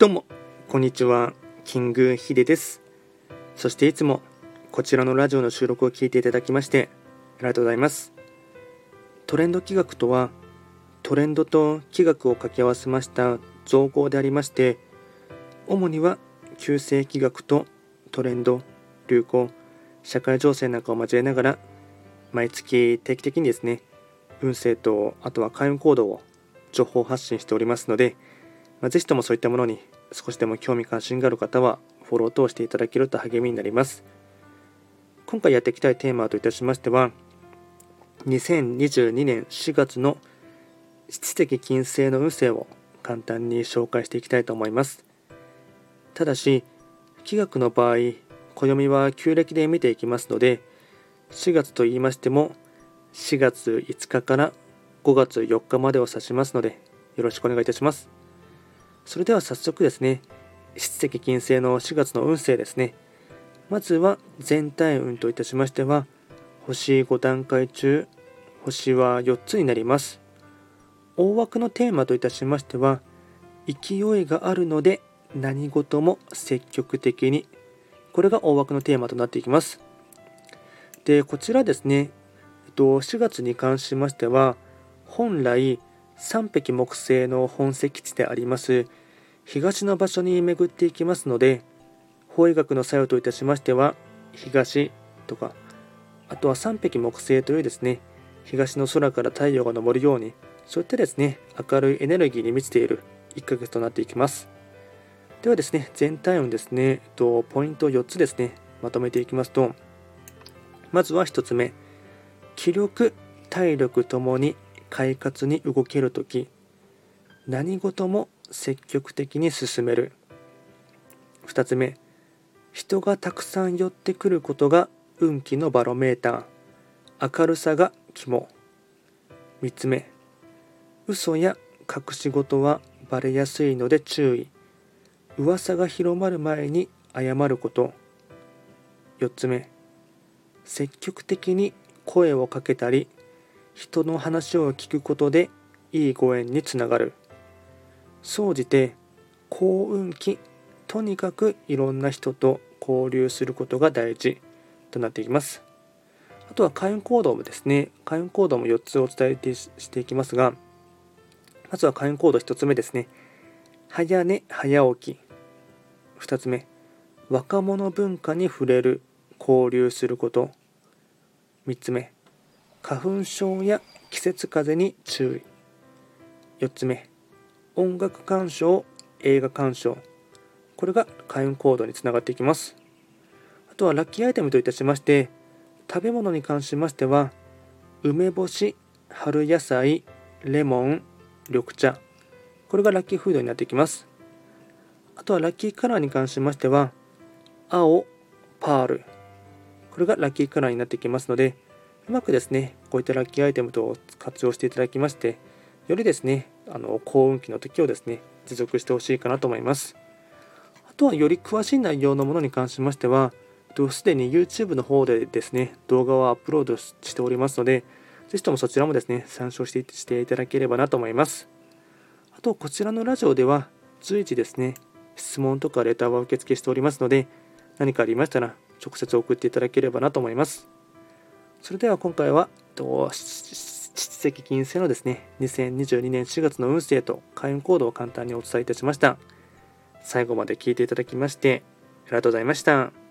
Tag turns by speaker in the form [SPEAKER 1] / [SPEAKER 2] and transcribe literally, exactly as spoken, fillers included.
[SPEAKER 1] どうもこんにちは、キングヒデです。そしていつもこちらのラジオの収録を聞いていただきましてありがとうございます。トレンド企画とは、トレンドと企画を掛け合わせました造語でありまして、主には旧世企画とトレンド、流行、社会情勢なんかを交えながら、毎月定期的にですね、運勢とあとは開運行動を情報発信しておりますので、まあ、ぜひともそういったものに少しでも興味関心がある方はフォロー等していただけると励みになります。今回やっていきたいテーマといたしましては、にせんにじゅうにねんしがつの七石金星の運勢を簡単に紹介していきたいと思います。ただし、気学の場合、暦は旧暦で見ていきますので、しがつと言いましてもしがついつかからごがつよっかまでを指しますので、よろしくお願いいたします。それでは早速ですね、七石金星のしがつの運勢ですね。まずは全体運といたしましては、星ご段階中、星はよっつになります。大枠のテーマといたしましては、勢いがあるので何事も積極的に。これが大枠のテーマとなっていきます。で、こちらですね、しがつに関しましては、本来三匹木星の本石地であります東の場所に巡っていきますので、法医学の作用といたしましては、東とか、あとは三匹木星というですね、東の空から太陽が昇るように、そういったですね、明るいエネルギーに満ちているいっかげつとなっていきます。ではですね、全体運ですね、ポイントよっつですね、まとめていきますと、まずはひとつめ、気力、体力ともに快活に動けるとき、何事も積極的に進める。ふたつめ、人がたくさん寄ってくることが運気のバロメーター、明るさが肝。みっつめ、嘘や隠し事はバレやすいので注意。噂が広まる前に謝ること。よっつめ、積極的に声をかけたり、人の話を聞くことでいいご縁につながる。総じて幸運期、とにかくいろんな人と交流することが大事となっていきます。あとは開運行動もですね、開運行動もよっつお伝えしていきますが、まずは開運行動ひとつめですね、早寝早起き。ふたつめ、若者文化に触れる、交流すること。みっつめ、花粉症や季節風邪に注意。よっつめ、音楽鑑賞、映画鑑賞。これが開運行動につながっていきます。あとはラッキーアイテムといたしまして、食べ物に関しましては、梅干し、春野菜、レモン、緑茶。これがラッキーフードになっていきます。あとはラッキーカラーに関しましては、青、パール。これがラッキーカラーになっていきますので、うまくですね、こういったラッキーアイテムと活用していただきまして、よりですね、あの幸運期の時をですね、持続してほしいかなと思います。あとはより詳しい内容のものに関しましては、すでに YouTube の方でですね、動画をアップロードしておりますので、ぜひともそちらもですね、参照してしていただければなと思います。あと、こちらのラジオでは、随時ですね、質問とかレターは受付しておりますので、何かありましたら、直接送っていただければなと思います。それでは今回は、七石金星のですね、にせんにじゅうにねんしがつの運勢と開運行動を簡単にお伝えいたしました。最後まで聞いていただきまして、ありがとうございました。